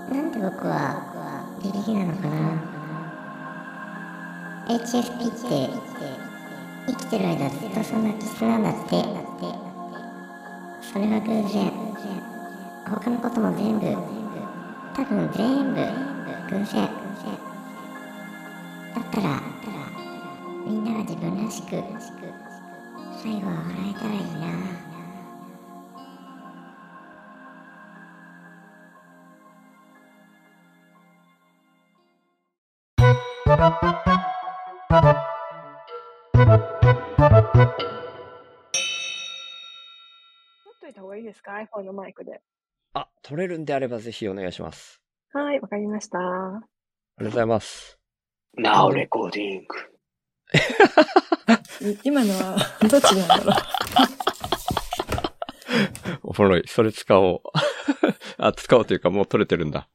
なんで僕はビビリなのかな。 HSP って生きてる間ずっとそんな気質なんだって。それは偶然。他のことも全部、多分全部偶然だったら、みんなが自分らしく最後は笑えたらいいな。 取っといた方がいいですか ?iPhone のマイクで。 取れるんであればぜひお願いします。 はい、わかりました。 ありがとうございます。 Now recording。 今のはどっちなんだろう。 おもろい。それ使おう。使おうというかもう取れてるんだ。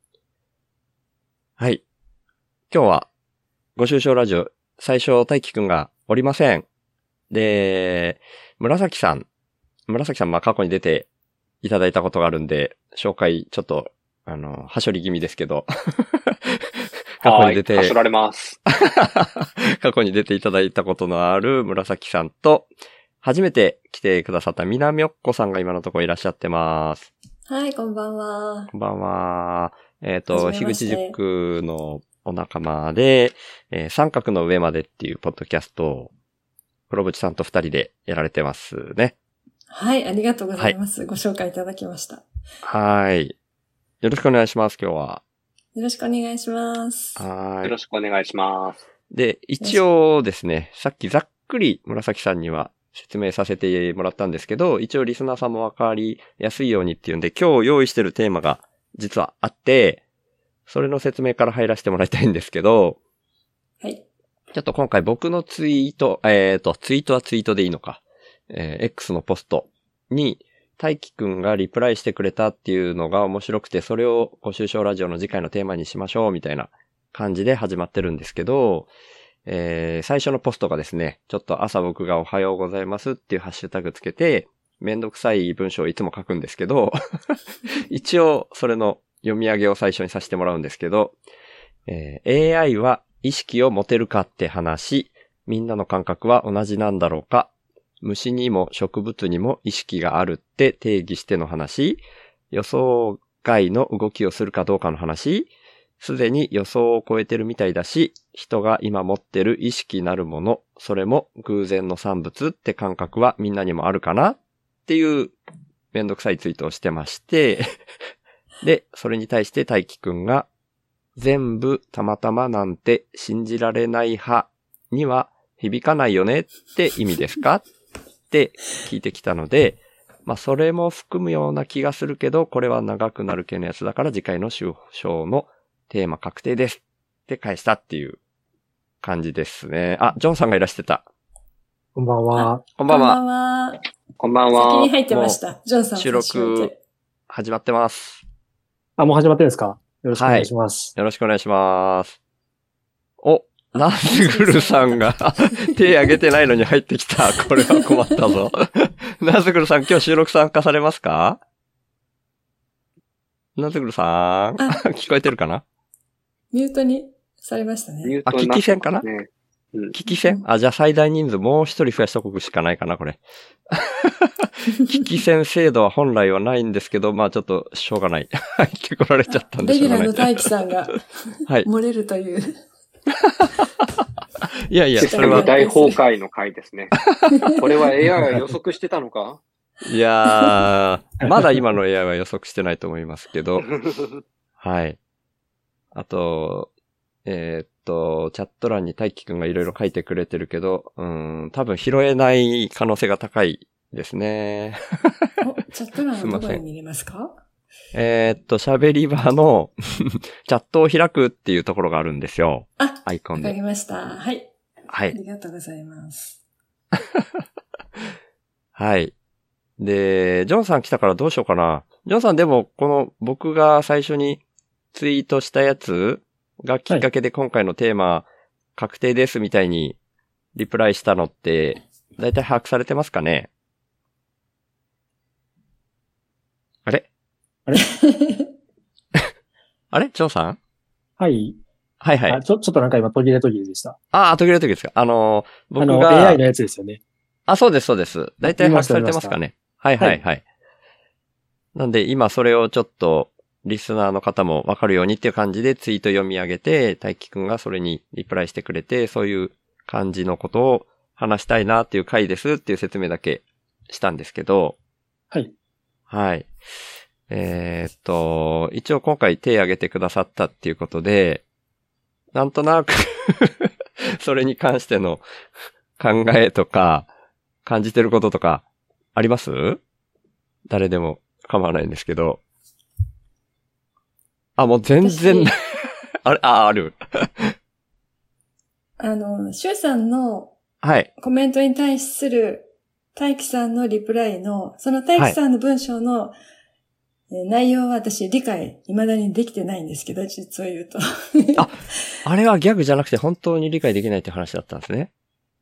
はい。今日は、ご愁傷ラジオ、最初、大輝くんがおりません。で、紫さん、過去に出ていただいたことがあるんで、紹介、ちょっと、はしょり気味ですけど。過去に出て、 はしょられます。 過去に出ていただいたことのある紫さんと、初めて来てくださったみなみょっこさんが今のところいらっしゃってます。 はい、こんばんは。 こんばんは。樋口塾のお仲間で、三角の上までっていうポッドキャストを、黒渕さんと二人でやられてますね。 はい、ありがとうございます。ご紹介いただきました。 はい。よろしくお願いします、今日は。 よろしくお願いします。 よろしくお願いします。 で、一応ですね、さっきざっくり紫さんには説明させてもらったんですけど、一応リスナーさんもわかりやすいようにっていうんで、今日用意してるテーマが実はあって、それの説明から入らせてもらいたいんですけど、 はい。 ちょっと今回僕のツイート、ツイートはツイートでいいのか、X のポストに、大輝くんがリプライしてくれたっていうのが面白くて、それをご愁傷ラジオの次回のテーマにしましょうみたいな感じで始まってるんですけど、最初のポストがですね、ちょっと朝僕がおはようございますっていうハッシュタグつけて、めんどくさい文章をいつも書くんですけど、一応それの読み上げを最初にさせてもらうんですけど、AI は意識を持てるかって話、みんなの感覚は同じなんだろうか、虫にも植物にも意識があるって定義しての話、予想外の動きをするかどうかの話、すでに予想を超えてるみたいだし、人が今持ってる意識なるもの、それも偶然の産物って感覚はみんなにもあるかなっていうめんどくさいツイートをしてまして、で、それに対して大輝くんが、全部たまたまなんて信じられない派には響かないよねって意味ですかって聞いてきたので、まあそれも含むような気がするけど、これは長くなる系のやつだから次回の週章のテーマ確定ですって返したっていう感じですね。ジョンさんがいらしてた。 こんばんは。 こんばんは。 こんばんは。 先に入ってました。ジョンさん収録始まってます。 もう始まってるんですか？よろしくお願いします。 よろしくお願いします。ナスグルさんが手挙げてないのに入ってきた。これは困ったぞ。ナスグルさん今日収録参加されますか？ナスグルさん聞こえてるかな？ ミュートにされましたね。 聞き戦かな？聞き戦？じゃあ最大人数もう一人増やしとくしかないかな、これ。聞き戦制度は本来はないんですけど、まあちょっとしょうがない。入ってこられちゃったんでしょうがない。 レギュラーの大輝さんが漏れるという。 いやいや、 それは大崩壊の回ですね。これは AI は予測してたのか？ いやー、まだ今の AI は予測してないと思いますけど。はい。あと、チャット欄に大輝くんがいろいろ書いてくれてるけど、多分拾えない可能性が高いですね。 チャット欄はどこに見れますか？ 喋り場のチャットを開くっていうところがあるんですよ。アイコンで。 わかりました。はい。 はい。 ありがとうございます。 はい。で、ジョンさん来たからどうしようかな。ジョンさんでも、この僕が最初にツイートしたやつがきっかけで今回のテーマ確定ですみたいにリプライしたのって、だいたい把握されてますかね？あれあれ張さんはい。 はいはい。 ちょっとなんか今途切れでした。 途切れる時ですか。僕が、 AI のやつですよね。 そうです、そうです。大体把握されてますかね。はいはいはい。なんで今それをちょっと、リスナーの方もわかるようにっていう感じでツイート読み上げて、大輝くんがそれにリプライしてくれて、そういう感じのことを話したいなっていう回ですっていう説明だけしたんですけど。 はい。 はい。一応今回手挙げてくださったっていうことで、なんとなくそれに関しての考えとか、感じてることとか、あります？誰でも構わないんですけど。もう全然ある。 シュウさんのはい。 コメントに対する大輝さんのリプライの、その大輝さんの文章の内容は私理解未だにできてないんですけど、実を言うと。 あれはギャグじゃなくて本当に理解できないって話だったんですね。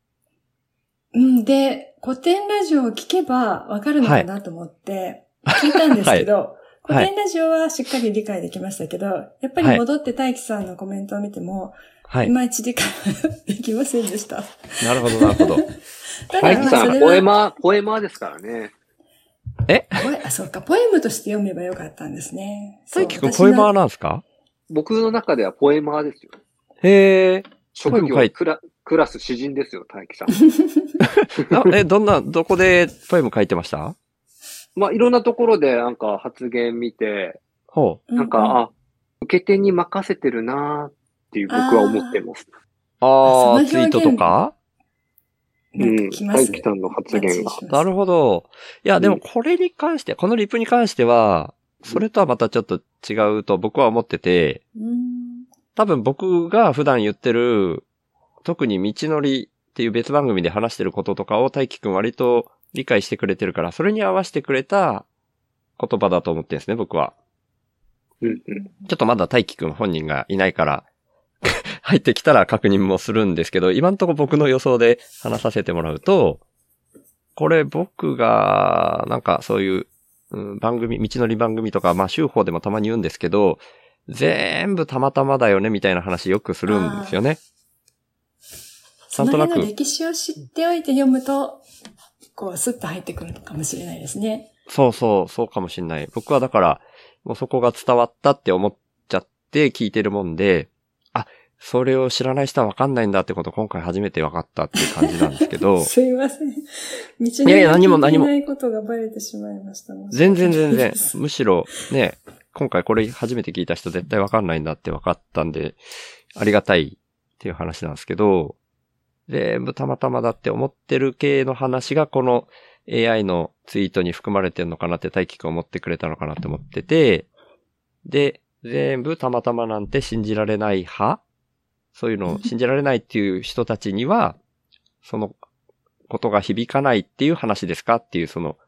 で、古典ラジオを聞けばわかるのかなと思って聞いたんですけど、古典ラジオはしっかり理解できましたけど、やっぱり戻って大輝さんのコメントを見ても、いまいち理解できませんでした。 なるほど、なるほど。 大輝さん、ポエマーですからね。 そうか、ポエムとして読めばよかったんですね。 大輝くんポエマーなんですか？ 僕の中ではポエマーですよ。 へー。 職業クラス詩人ですよ、大輝さん。 どこでポエム書いてました？ いろんなところでなんか発言見て、なんか、受け手に任せてるなーっていう僕は思ってます。 ツイートとか？ 大輝さんの発言が。 なるほど。いや、でもこれに関して、このリプに関しては、それとはまたちょっと違うと僕は思ってて、多分僕が普段言ってる、特に道のりっていう別番組で話してることとかを大輝くん割と理解してくれてるから、それに合わせてくれた言葉だと思ってるんですね、僕は。ちょっとまだ大輝くん本人がいないから、入ってきたら確認もするんですけど、今んとこ僕の予想で話させてもらうと、これ僕が、なんかそういう、番組、道のり番組とか、週報でもたまに言うんですけど、全部たまたまだよねみたいな話よくするんですよね。 その辺の歴史を知っておいて読むと、スッと入ってくるのかもしれないですね。 そうかもしれない。僕はだから、もうそこが伝わったって思っちゃって聞いてるもんで、それを知らない人は分かんないんだってこと今回初めて分かったっていう感じなんですけど。 すいません。道のりが聞いていないことがバレてしまいました。 全然。むしろね、今回これ初めて聞いた人絶対分かんないんだって分かったんで、ありがたいっていう話なんですけど、全部たまたまだって思ってる系の話がこの AI のツイートに含まれてるのかなって大輝くん思ってくれたのかなって思ってて、で、全部たまたまなんて信じられない派？そういうのを信じられないっていう人たちには、そのことが響かないっていう話ですかっていう、その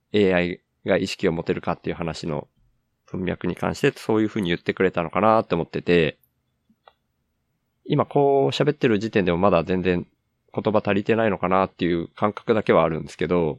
AI が意識を持てるかっていう話の文脈に関してそういうふうに言ってくれたのかなって思ってて、今こう喋ってる時点でもまだ全然言葉足りてないのかなっていう感覚だけはあるんですけど。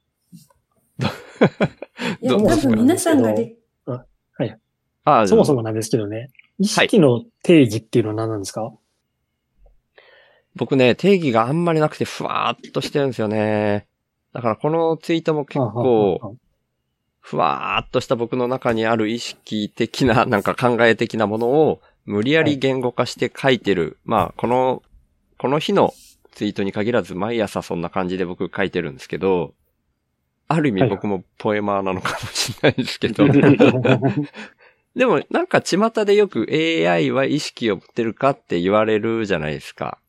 いや、多分皆さんがそもそもなんですけどね。意識の定義っていうのは何なんですか？ 僕ね、定義があんまりなくてふわーっとしてるんですよね。だからこのツイートも結構、ふわーっとした僕の中にある意識的な、なんか考え的なものを無理やり言語化して書いてる。この日のツイートに限らず毎朝そんな感じで僕書いてるんですけど、ある意味僕もポエマーなのかもしれないですけど。でもなんか巷でよく AI は意識を持ってるかって言われるじゃないですか。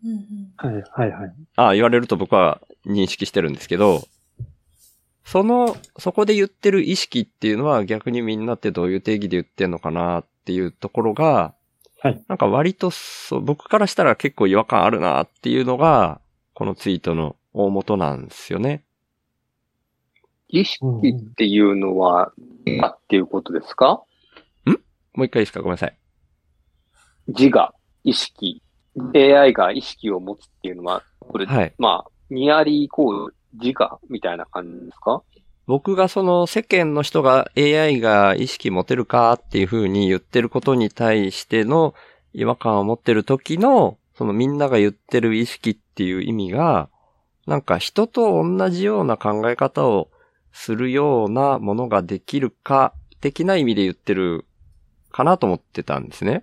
言われると僕は認識してるんですけど、そこで言ってる意識っていうのは逆にみんなってどういう定義で言ってんのかなっていうところが、なんか割と僕からしたら結構違和感あるなっていうのが、このツイートの大元なんですよね。 意識っていうのは、っていうことですか？ もう一回いいですか？ごめんなさい。 自我、意識、AI が意識を持つっていうのは、これ、ニアリーイコール自我みたいな感じですか？ 僕がその世間の人が AI が意識持てるかっていう風に言ってることに対しての違和感を持ってる時の、そのみんなが言ってる意識っていう意味が、なんか人と同じような考え方をするようなものができるか的な意味で言ってるかなと思ってたんですね。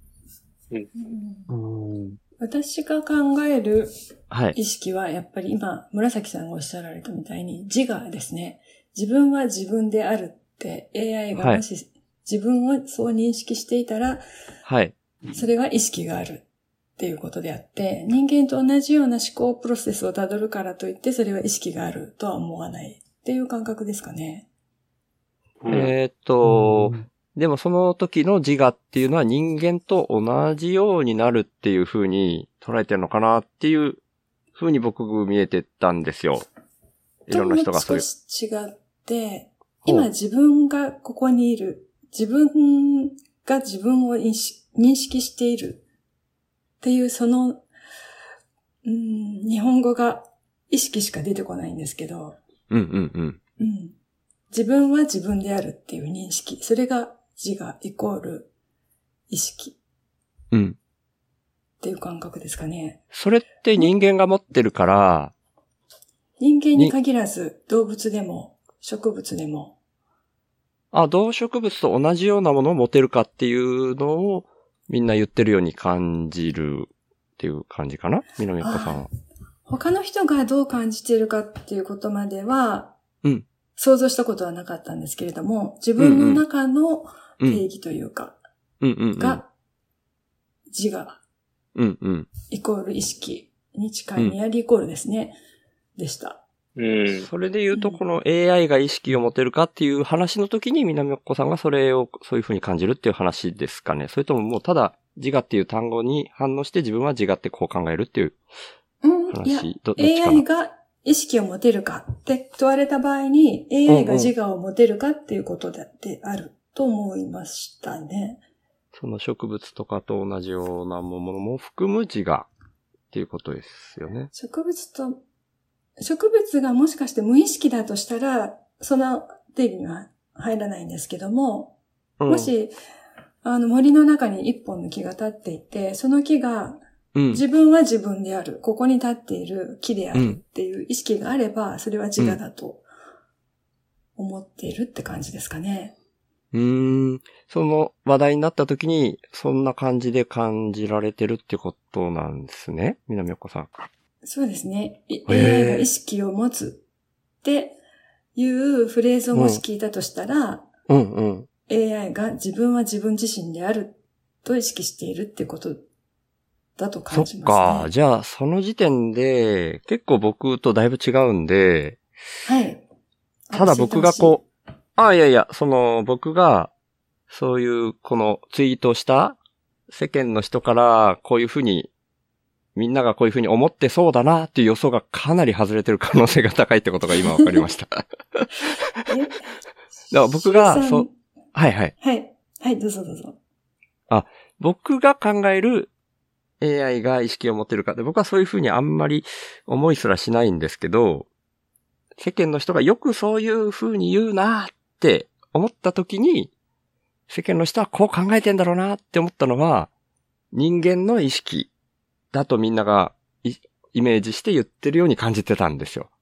私が考える意識はやっぱり今、紫さんがおっしゃられたみたいに自我ですね。自分は自分であるって AI がもし自分をそう認識していたら、はい。それが意識があるっていうことであって、人間と同じような思考プロセスをたどるからといってそれは意識があるとは思わないっていう感覚ですかね。 でもその時の自我っていうのは人間と同じようになるっていう風に捉えてるのかなっていう風に僕見えてたんですよ。いろんな人がそういう。 少し違って、今自分がここにいる、自分が自分を認識しているっていうその、日本語が意識しか出てこないんですけど。自分は自分であるっていう認識。それが自我イコール意識。っていう感覚ですかね。 それって人間が持ってるから、 人間に限らず動物でも植物でも。 動植物と同じようなものを持てるかっていうのをみんな言ってるように感じるっていう感じかな？南岡さんは。 他の人がどう感じているかっていうことまでは、想像したことはなかったんですけれども、自分の中の定義というか、が自我、イコール意識に近いニアリーイコールですね、でした。 それで言うと、この AI が意識を持てるかっていう話の時に南岡さんがそれをそういう風に感じるっていう話ですかね。それとももうただ自我っていう単語に反応して自分は自我ってこう考えるっていう話。 AI が意識を持てるかって問われた場合に AI が自我を持てるかっていうことであると思いましたね。 その植物とかと同じようなものも含む自我っていうことですよね。 植物がもしかして無意識だとしたら、その定義には入らないんですけども、もし、森の中に一本の木が立っていて、その木が、自分は自分である、ここに立っている木であるっていう意識があれば、それは自我だと思っているって感じですかね。 その話題になった時に、そんな感じで感じられてるってことなんですね、南岡さん。 そうですね。AI が意識を持つっていうフレーズをもし聞いたとしたら、AI が自分は自分自身であると意識しているってことだと感じますね。そっか。 じゃあ、その時点で結構僕とだいぶ違うんで、 はい。 ただ僕が僕がそういうこのツイートをした世間の人からこういうふうにみんながこういうふうに思ってそうだなっていう予想がかなり外れてる可能性が高いってことが今わかりました。だから僕が、はい。 はい、どうぞ。 僕が考える AI が意識を持ってるかって僕はそういうふうにあんまり思いすらしないんですけど、世間の人がよくそういうふうに言うなって思った時に、世間の人はこう考えてんだろうなって思ったのは、人間の意識だとみんながイメージして言ってるように感じてたんですよ。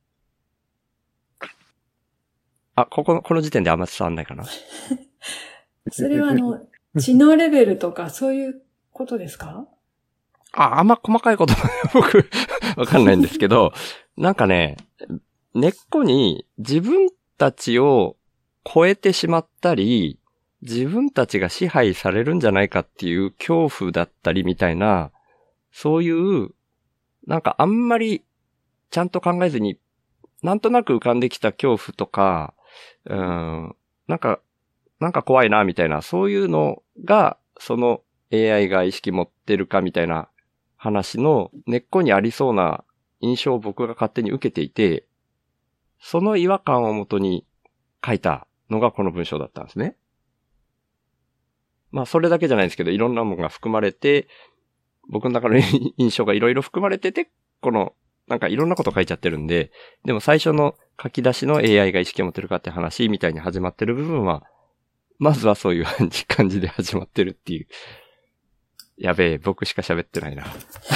この時点であんま伝わんないかな。 それは知能レベルとかそういうことですか？ あんま細かいこと僕わかんないんですけど、なんかね、根っこに自分たちを超えてしまったり、自分たちが支配されるんじゃないかっていう恐怖だったりみたいな、そういう、なんかあんまりちゃんと考えずに、なんとなく浮かんできた恐怖とか、なんか怖いなみたいな、そういうのが、その AI が意識持ってるかみたいな話の根っこにありそうな印象を僕が勝手に受けていて、その違和感をもとに書いたのがこの文章だったんですね。まあそれだけじゃないんですけど、いろんなものが含まれて、僕の中の印象がいろいろ含まれてて、この、なんかいろんなこと書いちゃってるんで、でも最初の書き出しの AI が意識を持ってるかって話みたいに始まってる部分は、まずはそういう感じで始まってるっていう。やべえ、僕しか喋ってないな。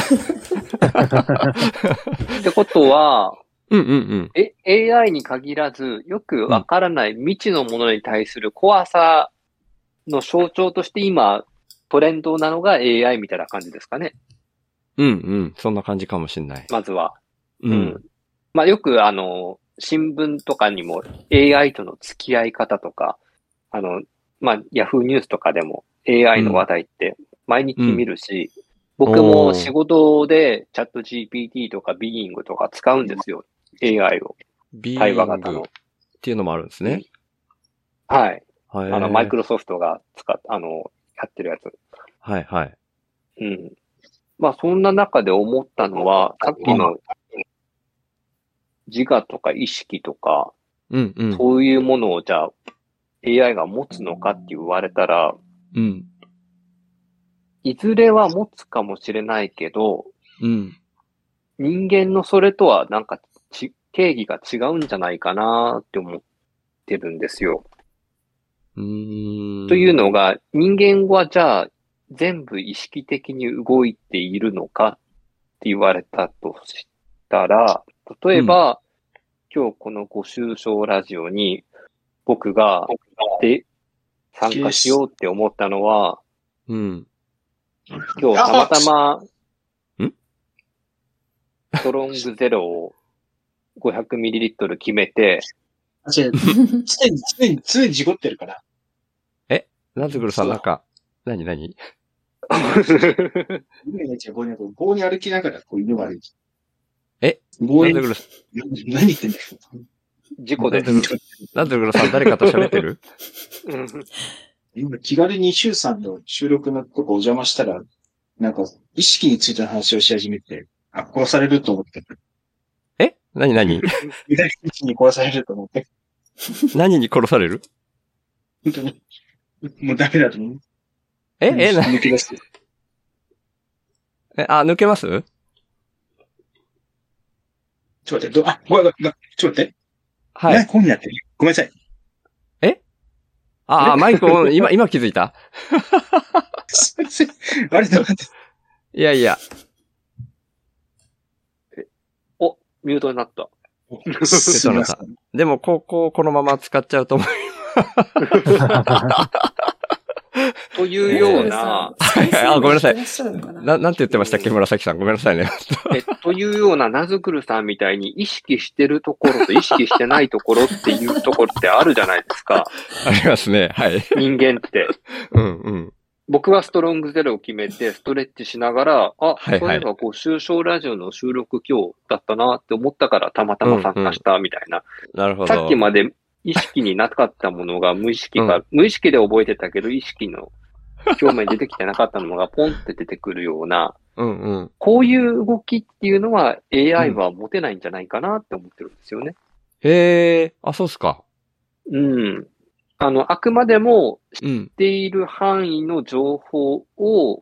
ってことは、AI に限らず、よくわからない未知のものに対する怖さの象徴として今、トレンドなのが AI みたいな感じですかね。 そんな感じかもしれない。 まずは。まあよく新聞とかにも AI との付き合い方とか、まあ Yahoo ニュースとかでも AI の話題って毎日見るし、僕も仕事でチャット GPT とか Bing とか使うんですよ。AI を。対話型の。 っていうのもあるんですね。 はい。マイクロソフトがやってるやつ。 はいはい。 まあそんな中で思ったのは、さっきの自我とか意識とか、そういうものをじゃあ AI が持つのかって言われたら、いずれは持つかもしれないけど、人間のそれとはなんか定義が違うんじゃないかなって思ってるんですよ。というのが、人間はじゃあ全部意識的に動いているのかって言われたとしたら、例えば、今日このご愁傷ラジオに僕が参加しようって思ったのは、今日たまたま、ストロングゼロを 500ml 決めて、 常に事故ってるから。 ナズグルさんなんか、何犬が棒に歩きながら犬が歩いて。棒に、何言ってんだよ。 事故で。 ナズグルさん誰かと喋ってる今気軽にシュウさんの収録のとこお邪魔したら、なんか意識についての話をし始めて、殺されると思って。 何意識に殺されると思って。 何に殺される？ 本当に。もうダメだと思う。 抜け出す。抜けます？ ちょっと待って、ちょっと待って。 はい。 マイクオンになってる。ごめんなさい。 マイクオン、今気づいた？ すいません。あれだ、待って。 いやいや。 ミュートになった。 でも、このまま使っちゃうと思う。 というような。 ごめんなさい。なんて言ってましたっけ、紫さん。ごめんなさいね。 というような、ナズクルさんみたいに意識してるところと意識してないところっていうところってあるじゃないですか。 ありますね。はい。 人間って。僕はストロングゼロを決めて、ストレッチしながら、そういえばご愁傷ラジオの収録今日だったなって思ったからたまたま参加したみたいな。 なるほど。 さっきまで意識になかったものが無意識で覚えてたけど、意識の表面に出てきてなかったのがポンって出てくるような、こういう動きっていうのは AI は持てないんじゃないかなって思ってるんですよね。 そうっすか。 あくまでも知っている範囲の情報を、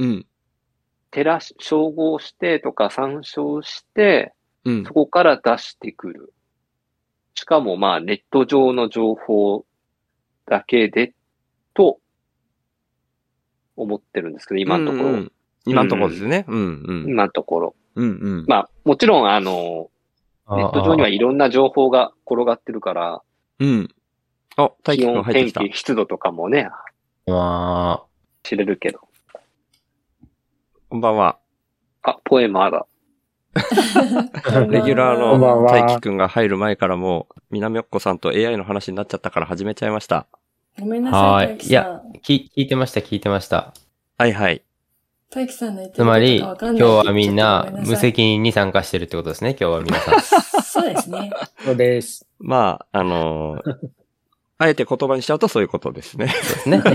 照合してとか参照して、そこから出してくる。しかもまあネット上の情報だけでと思ってるんですけど、今のところ。 今のところですね。 今のところ。まあもちろんネット上にはいろんな情報が転がってるから、気温、天気、湿度とかもね、知れるけど。 こんばんは。 ポエマーだ。 レギュラーの大輝くんが入る前からもう、南おっこさんと AI の話になっちゃったから始めちゃいました。 ごめんなさい、大輝さん。 いや、聞いてました。 はいはい。 大輝さんの言ってることが分かんない。つまり、今日はみんな無責任に参加してるってことですね、今日は皆さん。 そうですね。 そうです。 まあ、あえて言葉にしちゃうとそういうことですね。 そうですね。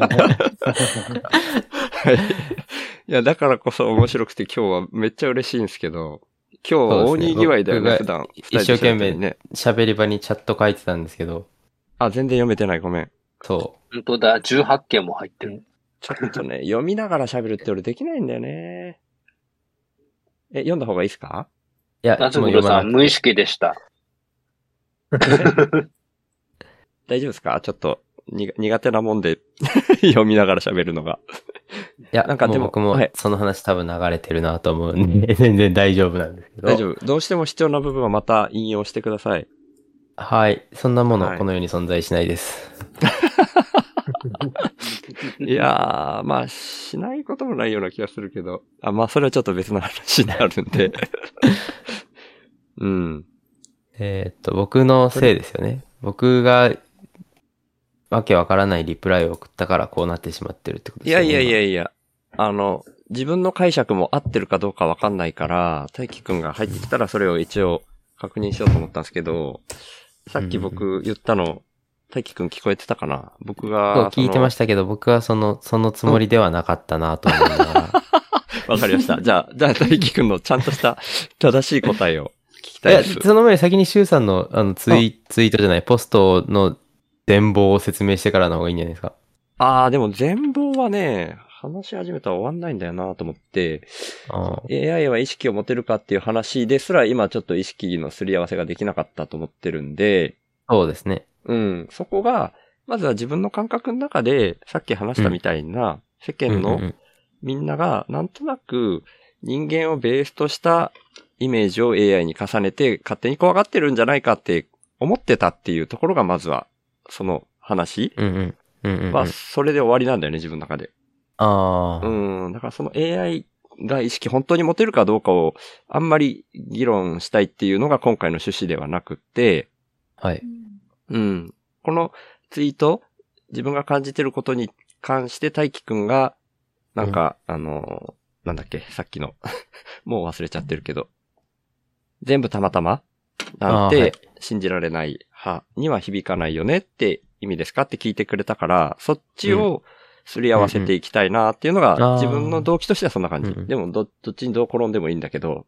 はい。いや、だからこそ面白くて今日はめっちゃ嬉しいんですけど、今日大にぎわいだよね、普段。 一生懸命ね、喋り場にチャット書いてたんですけど。 全然読めてない、ごめん。 そう。 本当だ、18件も入ってる。 ちょっとね、読みながら喋るって俺できないんだよね。読んだ方がいいですか？ いや、ナズグルさん無意識でした。 大丈夫ですか？ちょっと苦手なもんで読みながら喋るのが。 いや、なんかでも僕もその話多分流れてるなと思うんで、全然大丈夫なんですけど。 大丈夫。どうしても必要な部分はまた引用してください。 はい。そんなもの、この世に存在しないです。 いやー、まあ、しないこともないような気がするけど。まあ、それはちょっと別の話になるんで。うん。 僕のせいですよね。僕が、わけわからないリプライを送ったからこうなってしまってるってことですよね。 いや。自分の解釈も合ってるかどうかわかんないから、大輝くんが入ってきたらそれを一応確認しようと思ったんですけど、さっき僕言ったの、大輝くん聞こえてたかな？僕が。 聞いてましたけど、僕はそのつもりではなかったなと思いながら。 わかりました。じゃあ大輝くんのちゃんとした正しい答えを聞きたいです。 その前に先にシュウさんのツイートじゃない、ポストの全貌を説明してからの方がいいんじゃないですか。 でも全貌はね、話し始めたら終わんないんだよなと思って、AI は意識を持てるかっていう話ですら今ちょっと意識のすり合わせができなかったと思ってるんで、 そうですね。 うん。そこが、まずは自分の感覚の中で、さっき話したみたいな、世間のみんながなんとなく人間をベースとしたイメージを AI に重ねて勝手に怖がってるんじゃないかって思ってたっていうところがまずは、その話はそれで終わりなんだよね、自分の中で。だからその AI が意識本当に持てるかどうかをあんまり議論したいっていうのが今回の趣旨ではなくて、 はい。 うん。このツイート、自分が感じてることに関して大輝くんが、なんか、なんだっけ、さっきの、もう忘れちゃってるけど、全部たまたまなんて信じられない派には響かないよねって意味ですかって聞いてくれたから、そっちをすり合わせていきたいなっていうのが自分の動機としてはそんな感じ。でもどっちにどう転んでもいいんだけど。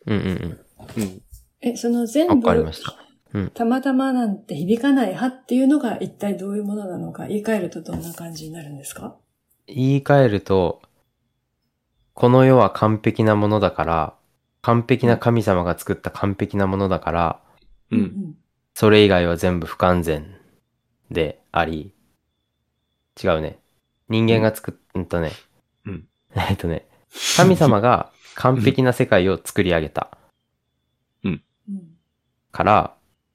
その全部、 わかりました。 たまたまなんて響かない派っていうのが一体どういうものなのか言い換えるとどんな感じになるんですか？ 言い換えると、この世は完璧なものだから、完璧な神様が作った完璧なものだから、それ以外は全部不完全であり、違うね。人間が神様が完璧な世界を作り上げた。から、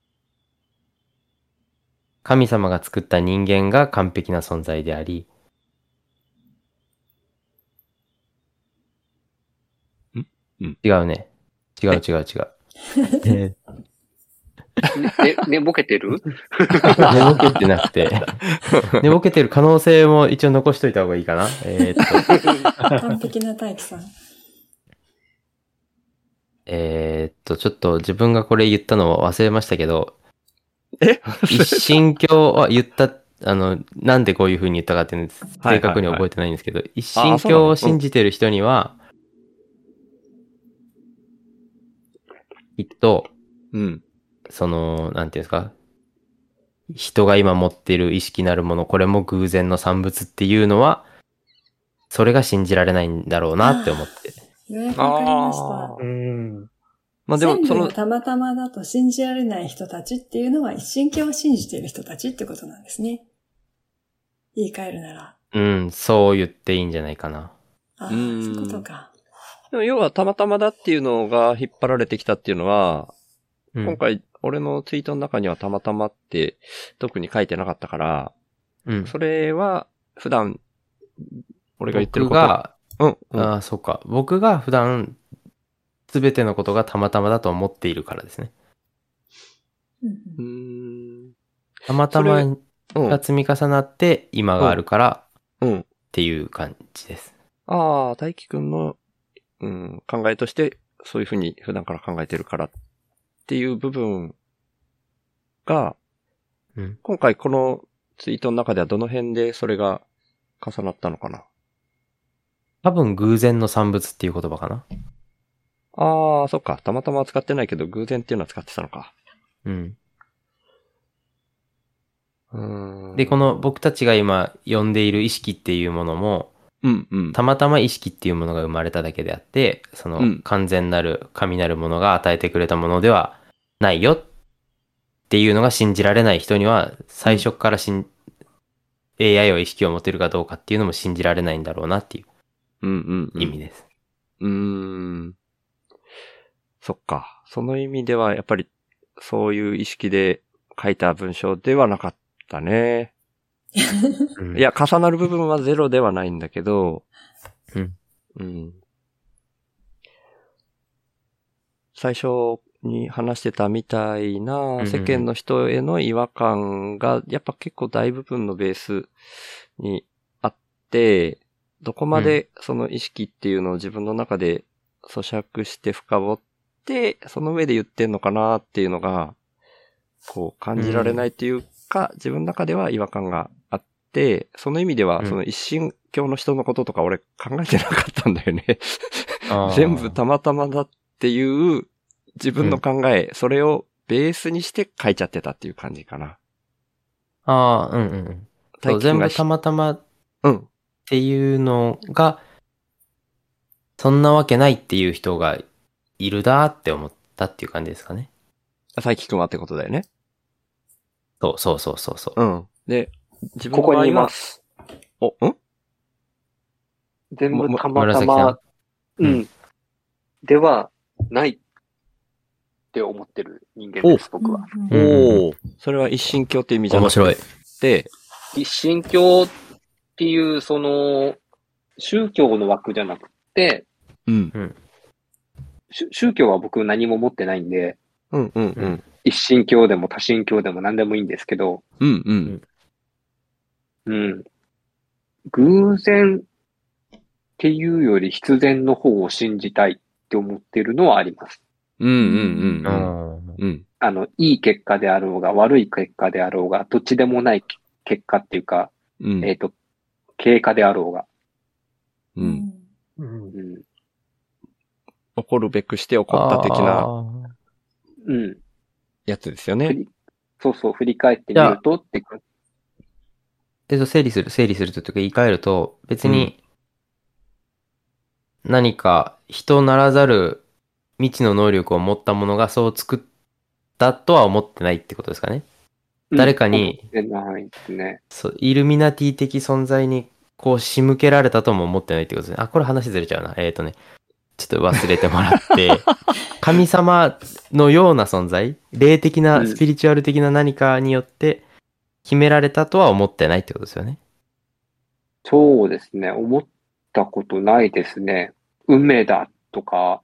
神様が作った人間が完璧な存在であり、違うね。違う。 寝ぼけてる？ 寝ぼけてなくて。寝ぼけてる可能性も一応残しといた方がいいかな。 完璧な大輝さん。 ちょっと自分がこれ言ったのを忘れましたけど、一神教は言った、なんでこういう風に言ったかっていうの正確に覚えてないんですけど、一神教を信じてる人には、きっと、なんていうんですか、人が今持っている意識なるもの、これも偶然の産物っていうのは、それが信じられないんだろうなって思って。 ようやくわかりました。まあでも全部たまたまだと信じられない人たちっていうのは一神教を信じている人たちってことなんですね。言い換えるなら。 そう言っていいんじゃないかな。 そういうことか。 でも要はたまたまだっていうのが引っ張られてきたっていうのは、今回俺のツイートの中にはたまたまって特に書いてなかったから、それは普段俺が言ってることが、そうか。僕が普段すべてのことがたまたまだと思っているからですね。たまたまが積み重なって今があるからっていう感じです。 大輝くんの、考えとしてそういうふうに普段から考えてるからっていう部分が、今回このツイートの中ではどの辺でそれが重なったのかな？ 多分偶然の産物っていう言葉かな。 そっか。たまたまは使ってないけど、偶然っていうのは使ってたのか。 で、この僕たちが今呼んでいる意識っていうものも、たまたま意識っていうものが生まれただけであって、その完全なる神なるものが与えてくれたものではないよっっていうのが信じられない人には、最初からAI は意識を持てるかどうかっていうのも信じられないんだろうなっていう意味です。 そっか。その意味では、やっぱり、そういう意識で書いた文章ではなかったね。いや、重なる部分はゼロではないんだけど、最初に話してたみたいな世間の人への違和感が、やっぱ結構大部分のベースにあって、どこまでその意識っていうのを自分の中で咀嚼して深掘って、その上で言ってんのかなっていうのが、こう感じられないっていうか、自分の中では違和感があって、その意味では、その一神教の人のこととか俺考えてなかったんだよね。全部たまたまだっていう自分の考え、それをベースにして書いちゃってたっていう感じかな。 そう全部たまたまっていうのが、そんなわけないっていう人がいるだって思ったっていう感じですかね。 佐伯くんはってことだよね。 そう。 で、自分ここにいます。全部たまたま、ではないって思ってる人間です、僕は。 それは一神教って意味じゃなくて。 面白い。 で、一神教っていう、その、宗教の枠じゃなくて、宗教は僕何も持ってないんで、一神教でも多神教でも何でもいいんですけど、偶然っていうより必然の方を信じたいって思ってるのはあります。いい結果であろうが悪い結果であろうが、どっちでもない結果っていうか、経過であろうが。 起こるべくして起こった的な、やつですよね。 そう、振り返ってみるとって整理するというか言い換えると、別に、何か人ならざる未知の能力を持ったものがそう作ったとは思ってないってことですかね。誰かに、そう、イルミナティ的存在にこう仕向けられたとも思ってないってことですね。これ話ずれちゃうな。ちょっと忘れてもらって、神様のような存在、霊的な、スピリチュアル的な何かによって決められたとは思ってないってことですよね。 そうですね。思ったことないですね。運命だとか、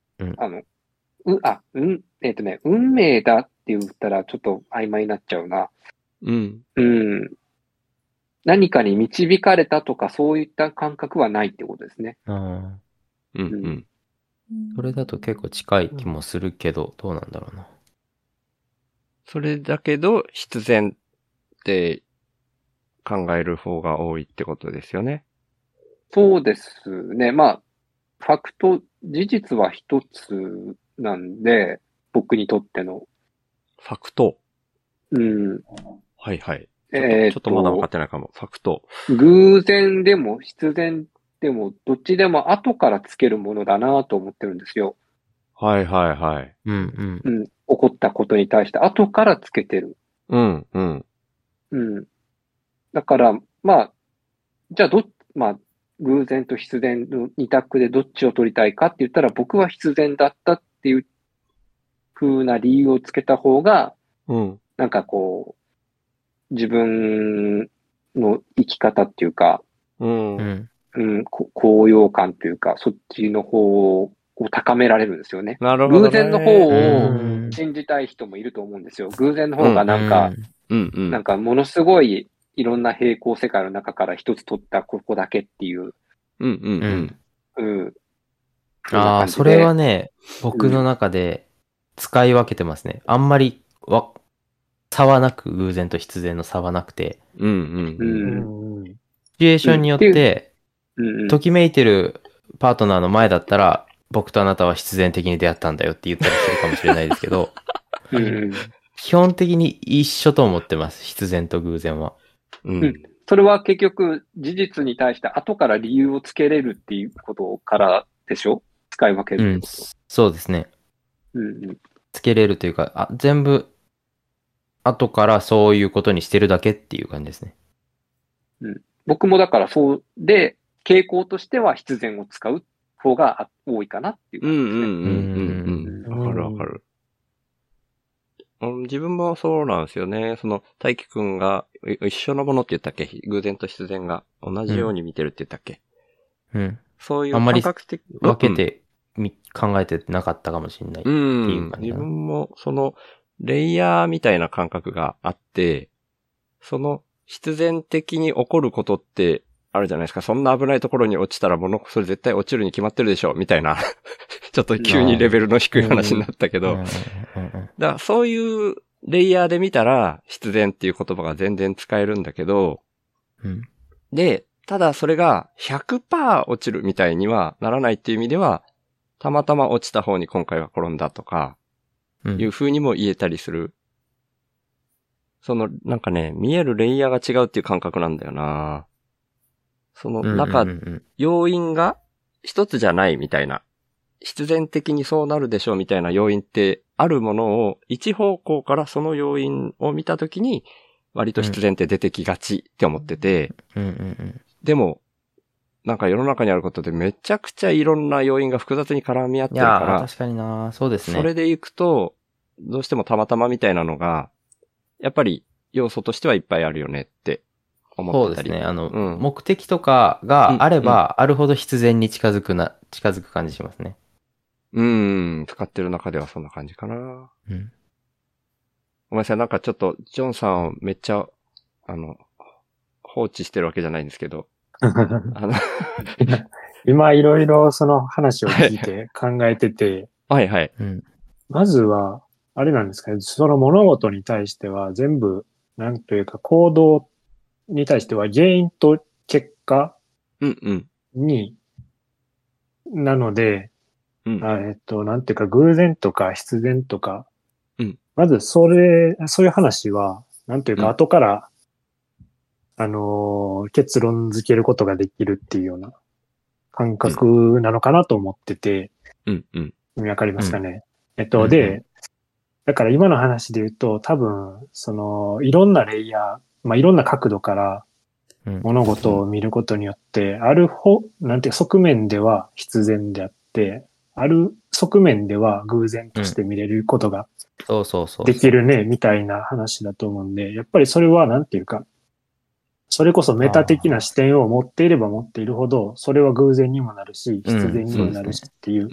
運命だって言ったらちょっと曖昧になっちゃうな。何かに導かれたとかそういった感覚はないってことですね。 それだと結構近い気もするけど、どうなんだろうな。 それだけど、必然って考える方が多いってことですよね。 そうですね。ファクト、事実は一つなんで、僕にとっての。 ファクト。はいはい。ちょっとまだ分かってないかも。ファクト。 偶然でも必然でも、どっちでも後からつけるものだなと思ってるんですよ。 起こったことに対して後からつけてる。だから、じゃあ偶然と必然の二択でどっちを取りたいかって言ったら、僕は必然だったっていう風な理由をつけた方が、なんかこう、自分の生き方っていうか、高揚感というか、そっちの方を高められるんですよね。 なるほどね。 偶然の方を信じたい人もいると思うんですよ。偶然の方がなんかものすごいいろんな平行世界の中から一つ取ったここだけっていう。 それはね、僕の中で使い分けてますね。あんまり差はなく、偶然と必然の差はなくて。シチュエーションによって、ときめいてるパートナーの前だったら、僕とあなたは必然的に出会ったんだよって言ったりするかもしれないですけど、基本的に一緒と思ってます、必然と偶然は。 それは結局、事実に対して後から理由をつけれるっていうことからでしょ？使い分ける。 そうですね。つけれるというか、全部、 後からそういうことにしてるだけっていう感じですね。 うん。僕もだからそうで、傾向としては必然を使う方が多いかなっていう感じですね。 わかるわかる。自分もそうなんですよね。大輝くんが一緒のものって言ったっけ？偶然と必然が同じように見てるって言ったっけ？ うん。 そういう感覚的。 あんまり分けて、考えてなかったかもしれないっていう感じ。 自分もレイヤーみたいな感覚があって、必然的に起こることってあるじゃないですか。そんな危ないところに落ちたらそれ絶対落ちるに決まってるでしょみたいな。ちょっと急にレベルの低い話になったけど。だからそういうレイヤーで見たら必然っていう言葉が全然使えるんだけど、で、ただそれが 100% 落ちるみたいにはならないっていう意味では、たまたま落ちた方に今回は転んだとか、いう風にも言えたりする。なんかね、見えるレイヤーが違うっていう感覚なんだよな。要因が一つじゃないみたいな。必然的にそうなるでしょうみたいな要因ってあるものを一方向からその要因を見たときに割と必然って出てきがちって思ってて。でも、なんか世の中にあることでめちゃくちゃいろんな要因が複雑に絡み合ってるから。 いや、確かにな。そうですね。 それでいくと、どうしてもたまたまみたいなのが、やっぱり要素としてはいっぱいあるよねって思ってたり。 そうですね。目的とかがあれば、あるほど必然に近づく感じしますね。 使ってる中ではそんな感じかな。ごめんなさい、なんかちょっと、ジョンさんをめっちゃ、放置してるわけじゃないんですけど。 今いろいろその話を聞いて考えてて。 はいはい。 まずは、あれなんですかね、その物事に対しては全部、なんというか行動に対しては原因と結果に、なので、なんていうか偶然とか必然とか、まずそういう話は、なんていうか後から、結論付けることができるっていうような感覚なのかなと思ってて、わかりますかね。で、だから今の話で言うと、多分、いろんなレイヤー、いろんな角度から物事を見ることによって、なんていう側面では必然であって、ある側面では偶然として見れることができるね、みたいな話だと思うんで、やっぱりそれはなんていうか、それこそメタ的な視点を持っていれば持っているほど、それは偶然にもなるし、必然にもなるしっていう、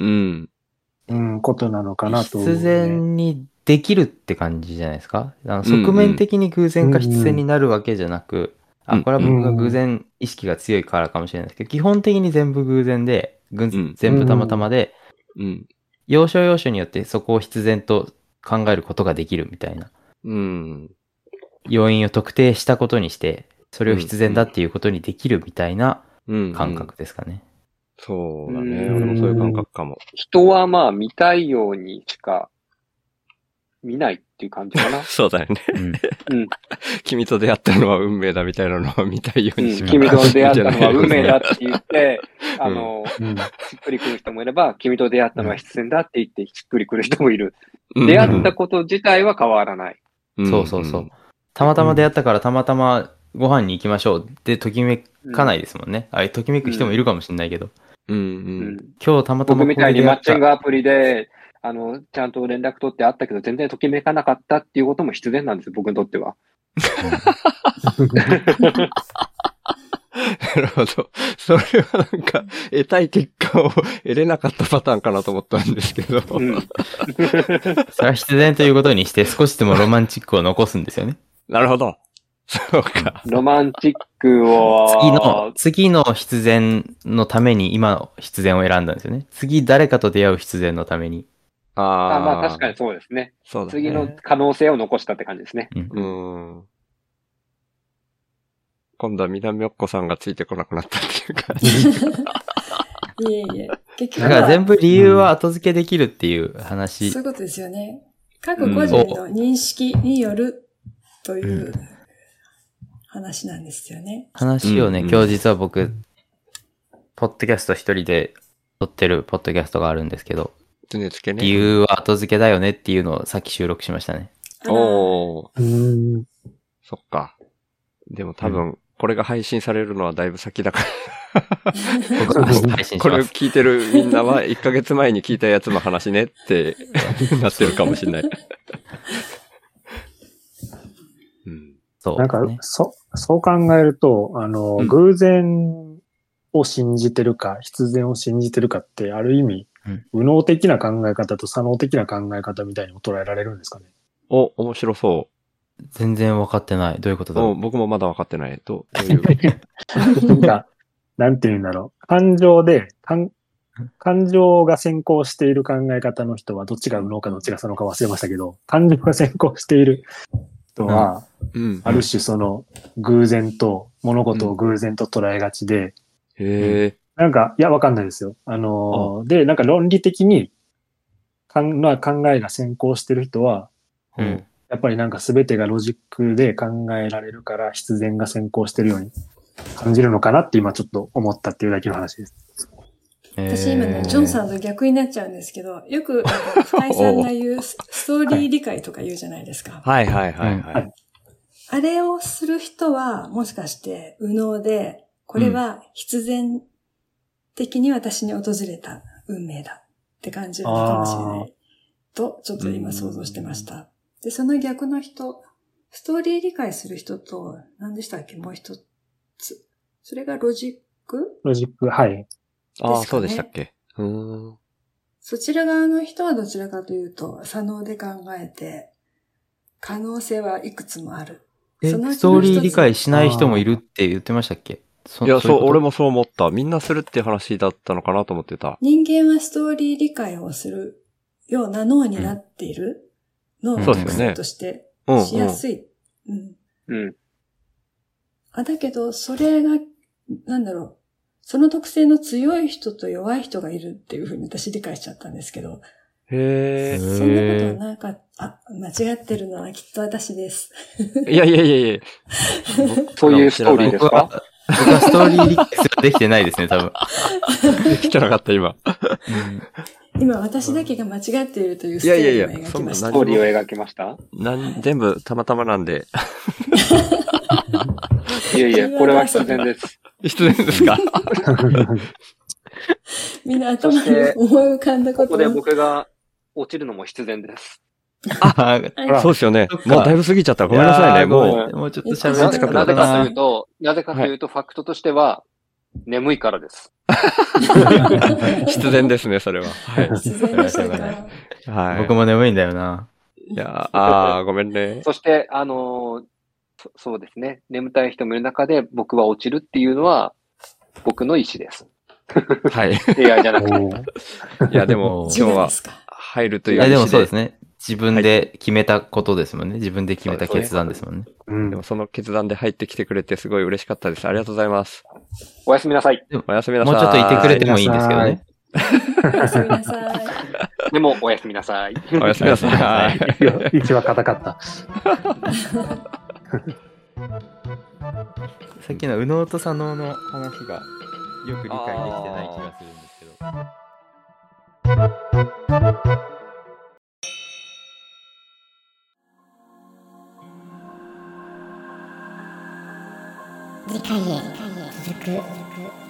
ことなのかなと思う、ね。 必然にできるって感じじゃないですか。側面的に偶然か必然になるわけじじゃなく、これは僕が偶然意識が強いからかもしれないですけど、基本的に全部偶然で、全部たまたまで、要所要所によってそこを必然と考えることができるみたいな。要因を特定したことにして、それを必然だっていうことにできるみたいな感覚ですかね。 そうだね。俺もそういう感覚かも。 人はまあ見たいようにしか見ないっていう感じかな。 そうだよね。君と出会ったのは運命だみたいなのを見たいようにしか君と出会ったのは運命だって言って、しっくりくる人もいれば、君と出会ったのは必然だって言ってしっくりくる人もいる。出会ったこと自体は変わらない。 そうそうそう。たまたま出会ったからたまたまご飯に行きましょうってときめかないですもんね。ときめく人もいるかもしれないけど。今日たまたま僕みたいにマッチングアプリで、ちゃんと連絡取ってあったけど全然ときめかなかったっていうことも必然なんです、僕にとっては。 なるほど。それはなんか、得たい結果を得れなかったパターンかなと思ったんですけど。それは必然ということにして少しでもロマンチックを残すんですよね。 なるほど。そうか。 ロマンチックを。 次の必然のために今の必然を選んだんですよね。次誰かと出会う必然のために。 まあ確かにそうですね。 そうだね。 次の可能性を残したって感じですね。 今度は南奥子さんがついてこなくなったっていう感じ。 いえいえ。 結局だから全部理由は後付けできるっていう話。 そういうことですよね。各個人の認識によるという話なんですよね。 話をね、今日実は僕、ポッドキャスト一人で撮ってるポッドキャストがあるんですけど、理由は後付けだよねっていうのをさっき収録しましたね。 おー。そっか。でも多分、これが配信されるのはだいぶ先だから僕は明日配信します。 これを聞いてるみんなは1ヶ月前に聞いたやつの話ねってなってるかもしれない。 うん、そう、 ね。なんか、そう考えると、偶然を信じてるか、必然を信じてるかって、ある意味、右脳的な考え方と左脳的な考え方みたいにも捉えられるんですかね。 面白そう。 全然分かってない。どういうことだろう。 僕もまだ分かってない。どういうなんて言うんだろう。感情が先行している考え方の人は、どっちが右脳かどっちが左脳か忘れましたけど、感情が先行している人は、ある種その物事を偶然と捉えがちで、なんか、いや、わかんないですよ。で、なんか論理的に考えが先行してる人は、やっぱりなんか全てがロジックで考えられるから必然が先行してるように感じるのかなって今ちょっと思ったっていうだけの話です。 私今ね、ジョンさんと逆になっちゃうんですけど、よく深井さんが言うストーリー理解とか言うじゃないですか。 はいはいはいはい。 あれをする人はもしかして右脳で、これは必然的に私に訪れた運命だって感じるのかもしれないと、ちょっと今想像してました。で、その逆の人、ストーリー理解する人と、何でしたっけ、もう一つ。それがロジック、 はい。 ああ、そうでしたっけ。 そちら側の人はどちらかというと、左脳で考えて、可能性はいくつもある。 ストーリー理解しない人もいるって言ってましたっけ？ いや、そう、俺もそう思った。みんなするっていう話だったのかなと思ってた。 人間はストーリー理解をするような脳になっている。脳の特性としてしやすい。だけど、それが、なんだろう。その特性の強い人と弱い人がいるっていうふうに私理解しちゃったんですけど。 へー。 そんなことはなんか、間違ってるのはきっと私です。 いや。 そういうストーリーですか？ 僕はストーリー理解すらできてないですね、多分。 できてなかった、今。 今、私だけが間違っているというストーリーを描きました。 ストーリーを描きました？ 全部たまたまなんで。 いや、これは必然です。 必然ですか？ みんな頭に思い浮かんだこと。 ここで僕が落ちるのも必然です。 そうですよね。もうだいぶ過ぎちゃった。ごめんなさいね。もうちょっと喋らなかったなぜかというと、ファクトとしては、眠いからです。 必然ですね、それは。はい。 必然でしたか。 はい。僕も眠いんだよな。 いやごめんね。 そして、そうですね。眠たい人もいる中で僕は落ちるっていうのは、僕の意思です。 はい。 AI じゃなくて。 いや、でも、今日は入るという意思で。 でもそうですね。自分で決めたことですもんね。自分で決めた決断ですもんね。 でもその決断で入ってきてくれてすごい嬉しかったです。ありがとうございます。 おやすみなさい。 おやすみなさい。 もうちょっといてくれてもいいんですけどね。 おやすみなさい。 でも、おやすみなさい。 おやすみなさい。 一番硬かった。 さっきの右脳と左脳の話がよく理解できてない気がするんですけど。 次回へ続く。